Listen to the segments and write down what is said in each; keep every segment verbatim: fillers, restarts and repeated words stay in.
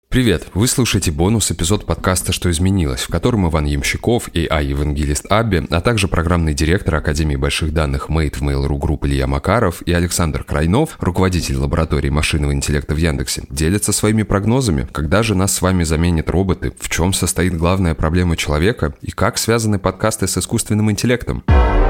Привет! Вы слушаете бонус-эпизод подкаста «Что изменилось», в котором Иван Ямщиков, эй ай-евангелист Абби, а также программный директор Академии больших данных Mate в Mail.ru Group Илья Макаров и Александр Крайнов, руководитель лаборатории машинного интеллекта в Яндексе, делятся своими прогнозами, когда же нас с вами заменят роботы, в чем состоит главная проблема человека и как связаны подкасты с искусственным интеллектом.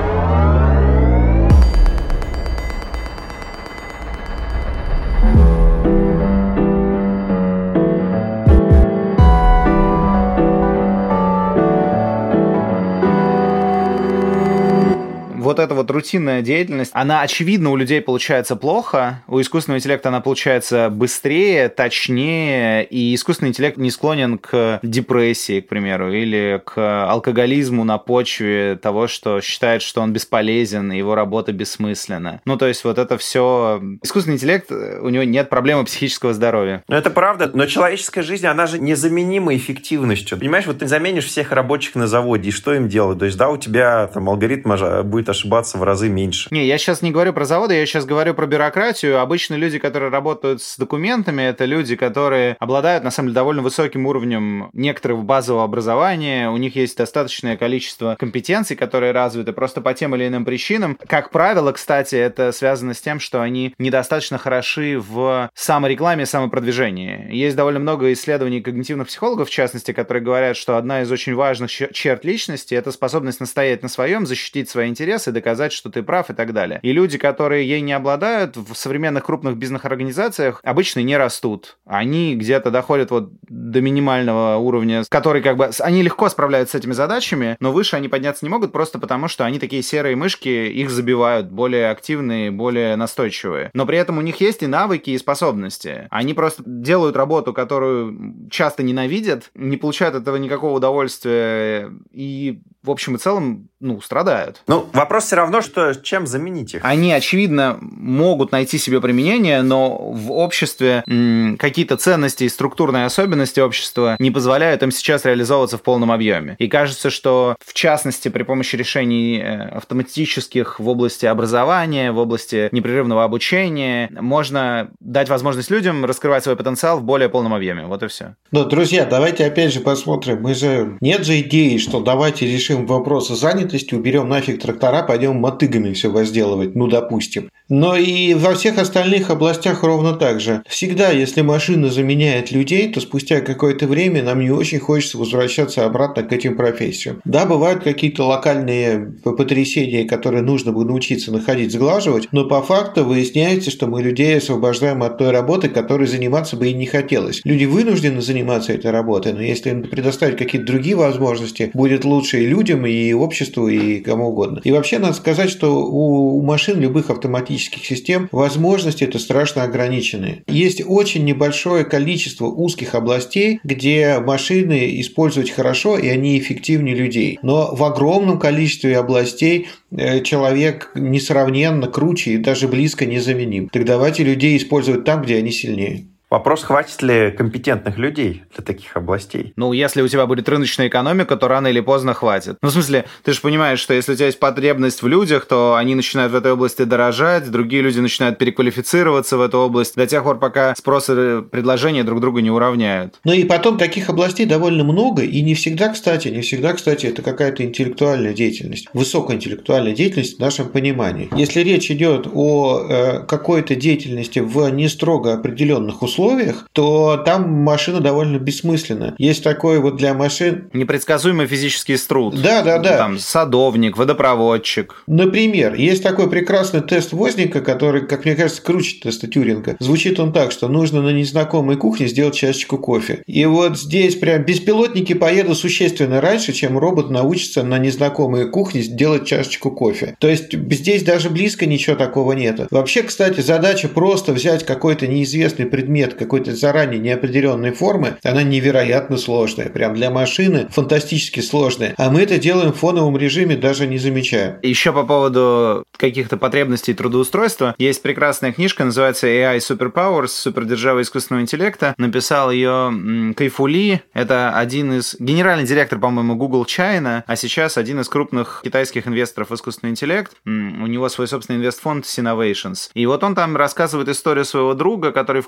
Вот эта вот рутинная деятельность, она, очевидно, у людей получается плохо, у искусственного интеллекта она получается быстрее, точнее, и искусственный интеллект не склонен к депрессии, к примеру, или к алкоголизму на почве того, что считает, что он бесполезен, и его работа бессмысленна. Ну, то есть вот это все... Искусственный интеллект, у него нет проблемы психического здоровья. Ну, это правда, но человеческая жизнь, она же незаменима эффективностью. Понимаешь, вот ты заменишь всех рабочих на заводе, и что им делать? То есть, да, у тебя там алгоритм будет ошибаться в разы меньше. Не, я сейчас не говорю про заводы, я сейчас говорю про бюрократию. Обычно люди, которые работают с документами, это люди, которые обладают, на самом деле, довольно высоким уровнем некоторого базового образования, у них есть достаточное количество компетенций, которые развиты просто по тем или иным причинам. Как правило, кстати, это связано с тем, что они недостаточно хороши в саморекламе и самопродвижении. Есть довольно много исследований когнитивных психологов, в частности, которые говорят, что одна из очень важных черт личности — это способность настоять на своем, защитить свои интересы, доказать, что ты прав и так далее. И люди, которые ей не обладают, в современных крупных бизнес-организациях обычно не растут. Они где-то доходят вот до минимального уровня, который как бы... Они легко справляются с этими задачами, но выше они подняться не могут просто потому, что они такие серые мышки, их забивают, более активные, более настойчивые. Но при этом у них есть и навыки, и способности. Они просто делают работу, которую часто ненавидят, не получают от этого никакого удовольствия и, в общем и целом, ну, страдают. Ну, вопрос все равно, что чем заменить их? Они, очевидно, могут найти себе применение, но в обществе м- какие-то ценности и структурные особенности общества не позволяют им сейчас реализовываться в полном объеме. И кажется, что, в частности, при помощи решений автоматических в области образования, в области непрерывного обучения, можно дать возможность людям раскрывать свой потенциал в более полном объеме. Вот и все. Но, друзья, давайте опять же посмотрим. Мы же... Нет же идеи, что давайте решим вопросы занятости, уберем нафиг трактора, пойдем мотыгами все возделывать, ну, допустим. Но и во всех остальных областях ровно так же. Всегда, если машина заменяет людей, то спустя какое-то время нам не очень хочется возвращаться обратно к этим профессиям. Да, бывают какие-то локальные потрясения, которые нужно бы научиться находить, сглаживать, но по факту выясняется, что мы людей освобождаем от той работы, которой заниматься бы и не хотелось. Люди вынуждены заниматься этой работой, но если им предоставить какие-то другие возможности, будет лучше и людям, и обществу, и кому угодно. И вообще надо сказать, что у машин любых автоматических систем возможности это страшно ограничены. Есть очень небольшое количество узких областей, где машины использовать хорошо, и они эффективнее людей. Но в огромном количестве областей человек несравненно круче и даже близко незаменим. Так давайте людей использовать там, где они сильнее. Вопрос, хватит ли компетентных людей для таких областей? Ну, если у тебя будет рыночная экономика, то рано или поздно хватит. Ну, в смысле, ты же понимаешь, что если у тебя есть потребность в людях, то они начинают в этой области дорожать, другие люди начинают переквалифицироваться в эту область до тех пор, пока спрос и предложение друг друга не уравняют. Ну и потом таких областей довольно много, и не всегда, кстати, не всегда, кстати, это какая-то интеллектуальная деятельность, высокоинтеллектуальная деятельность в нашем понимании. Если речь идет о э, какой-то деятельности в не строго определенных условиях, условиях, то там машина довольно бессмысленна. Есть такой вот для машин... Непредсказуемый физический труд. Да, да, да. Там садовник, водопроводчик. Например, есть такой прекрасный тест Возника, который, как мне кажется, круче теста Тьюринга. Звучит он так, что нужно на незнакомой кухне сделать чашечку кофе. И вот здесь прям беспилотники поедут существенно раньше, чем робот научится на незнакомой кухне делать чашечку кофе. То есть здесь даже близко ничего такого нет. Вообще, кстати, задача просто взять какой-то неизвестный предмет какой-то заранее неопределенной формы, она невероятно сложная. Прям для машины фантастически сложная. А мы это делаем в фоновом режиме, даже не замечая. Еще по поводу каких-то потребностей трудоустройства. Есть прекрасная книжка, называется эй ай Superpowers, супердержава искусственного интеллекта. Написал ее Кайфули. Это один из... Генеральный директор, по-моему, Google China, а сейчас один из крупных китайских инвесторов в искусственный интеллект. У него свой собственный инвестфонд Sinovations. И вот он там рассказывает историю своего друга, который в какой-то момент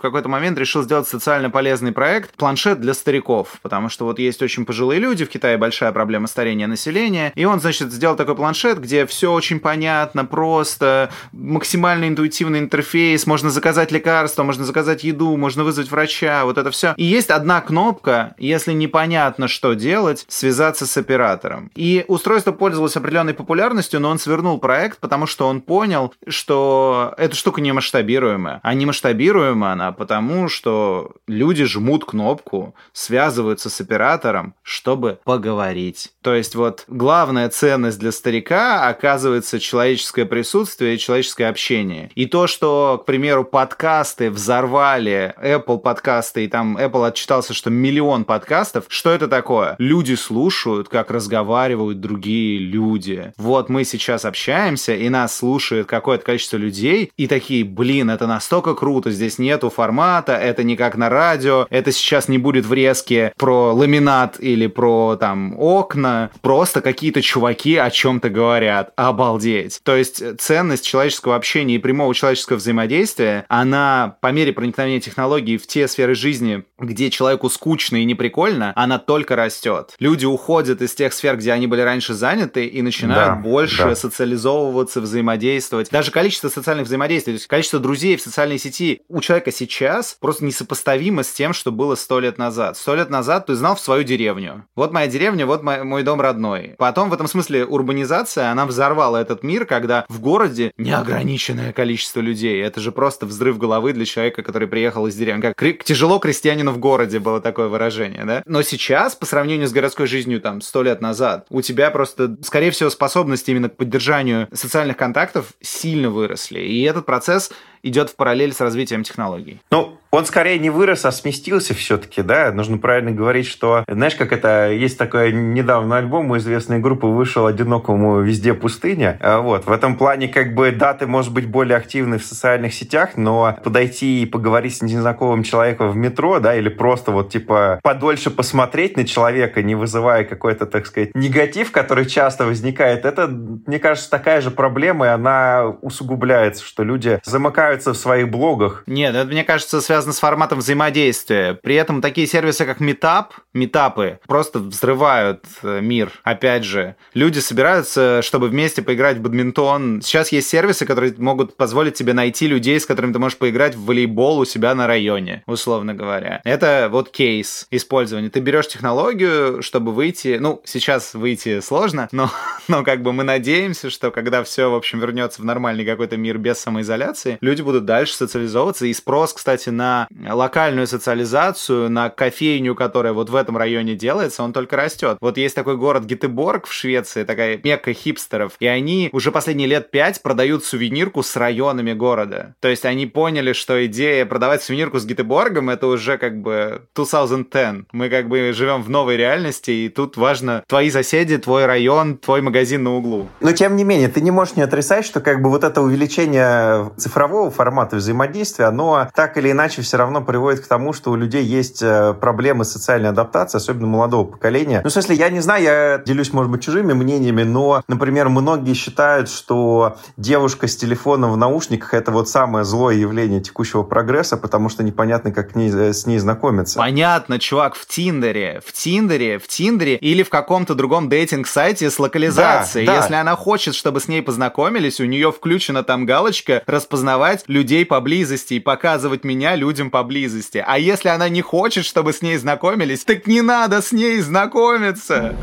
момент решил сделать социально полезный проект «Планшет для стариков», потому что вот есть очень пожилые люди, в Китае большая проблема старения населения, и он, значит, сделал такой планшет, где все очень понятно, просто, максимально интуитивный интерфейс, можно заказать лекарства, можно заказать еду, можно вызвать врача, вот это все. И есть одна кнопка, если непонятно, что делать, связаться с оператором. И устройство пользовалось определенной популярностью, но он свернул проект, потому что он понял, что эта штука не масштабируемая. А не масштабируема она потому, что люди жмут кнопку, связываются с оператором, чтобы поговорить. То есть вот главная ценность для старика оказывается человеческое присутствие и человеческое общение. И то, что, к примеру, подкасты взорвали, Apple подкасты, и там Apple отчитался, что миллион подкастов, что это такое? Люди слушают, как разговаривают другие люди. Вот мы сейчас общаемся, и нас слушает какое-то количество людей, и такие, блин, это настолько круто, здесь нету формата, это не как на радио, это сейчас не будет врезки про ламинат или про там окна, просто какие-то чуваки о чем-то говорят. Обалдеть. То есть ценность человеческого общения и прямого человеческого взаимодействия, она по мере проникновения технологий в те сферы жизни, где человеку скучно и неприкольно, она только растет. Люди уходят из тех сфер, где они были раньше заняты, и начинают да, больше да. социализовываться, взаимодействовать. Даже количество социальных взаимодействий, то есть количество друзей в социальной сети у человека сейчас просто несопоставимо с тем, что было сто лет назад. Сто лет назад ты знал в свою деревню. Вот моя деревня, вот мой, мой дом родной. Потом в этом смысле урбанизация, она взорвала этот мир, когда в городе неограниченное количество людей. Это же просто взрыв головы для человека, который приехал из деревни. Как кри- тяжело крестьянину в городе было такое выражение, да? Но сейчас, по сравнению с городской жизнью там сто лет назад, у тебя просто, скорее всего, способности именно к поддержанию социальных контактов сильно выросли. И этот процесс идет в параллель с развитием технологий. Ну, он скорее не вырос, а сместился все-таки, да? Нужно правильно говорить, что, знаешь, как это, есть такой недавно альбом у известной группы вышел «Одинокому везде пустыня». Вот, в этом плане, как бы, да, ты можешь быть более активный в социальных сетях, но подойти и поговорить с незнакомым человеком в метро, да, или просто вот, типа, подольше посмотреть на человека, не вызывая какой-то, так сказать, негатив, который часто возникает, это, мне кажется, такая же проблема, и она усугубляется, что люди замыкаются в своих блогах. Нет, это, мне кажется, связано с форматом взаимодействия. При этом такие сервисы, как Meetup, митапы, просто взрывают мир. Опять же, люди собираются, чтобы вместе поиграть в бадминтон. Сейчас есть сервисы, которые могут позволить тебе найти людей, с которыми ты можешь поиграть в волейбол у себя на районе, условно говоря. Это вот кейс использования. Ты берешь технологию, чтобы выйти... Ну, сейчас выйти сложно, но, но как бы мы надеемся, что когда все, в общем, вернется в нормальный какой-то мир без самоизоляции, люди будут дальше социализовываться. И спрос, кстати, на локальную социализацию, на кофейню, которая вот в этом районе делается, он только растет. Вот есть такой город Гетеборг в Швеции, такая мекка хипстеров, и они уже последние лет пять продают сувенирку с районами города. То есть они поняли, что идея продавать сувенирку с Гетеборгом — это уже как бы две тысячи десять. Мы как бы живем в новой реальности, и тут важно твои соседи, твой район, твой магазин на углу. Но тем не менее, ты не можешь не отрицать, что как бы вот это увеличение цифрового формата взаимодействия, оно так или иначе все равно приводит к тому, что у людей есть проблемы социальной адаптации, особенно молодого поколения. Ну, в смысле, я не знаю, я делюсь, может быть, чужими мнениями, но, например, многие считают, что девушка с телефоном в наушниках — это вот самое злое явление текущего прогресса, потому что непонятно, как к ней, с ней знакомиться. Понятно, чувак, в Тиндере, в Тиндере, в Тиндере или в каком-то другом дейтинг-сайте с локализацией. Да, да. Если она хочет, чтобы с ней познакомились, у нее включена там галочка «Распознавать людей поблизости» и показывать меня людям поблизости. А если она не хочет, чтобы с ней знакомились, так не надо с ней знакомиться.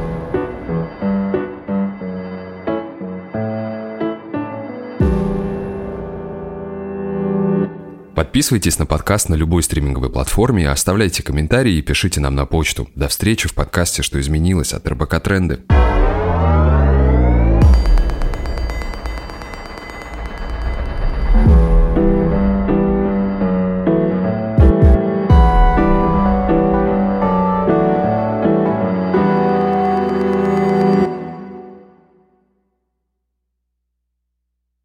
Подписывайтесь на подкаст на любой стриминговой платформе, оставляйте комментарии и пишите нам на почту. До встречи в подкасте «Что изменилось» от эр бэ ка Тренды.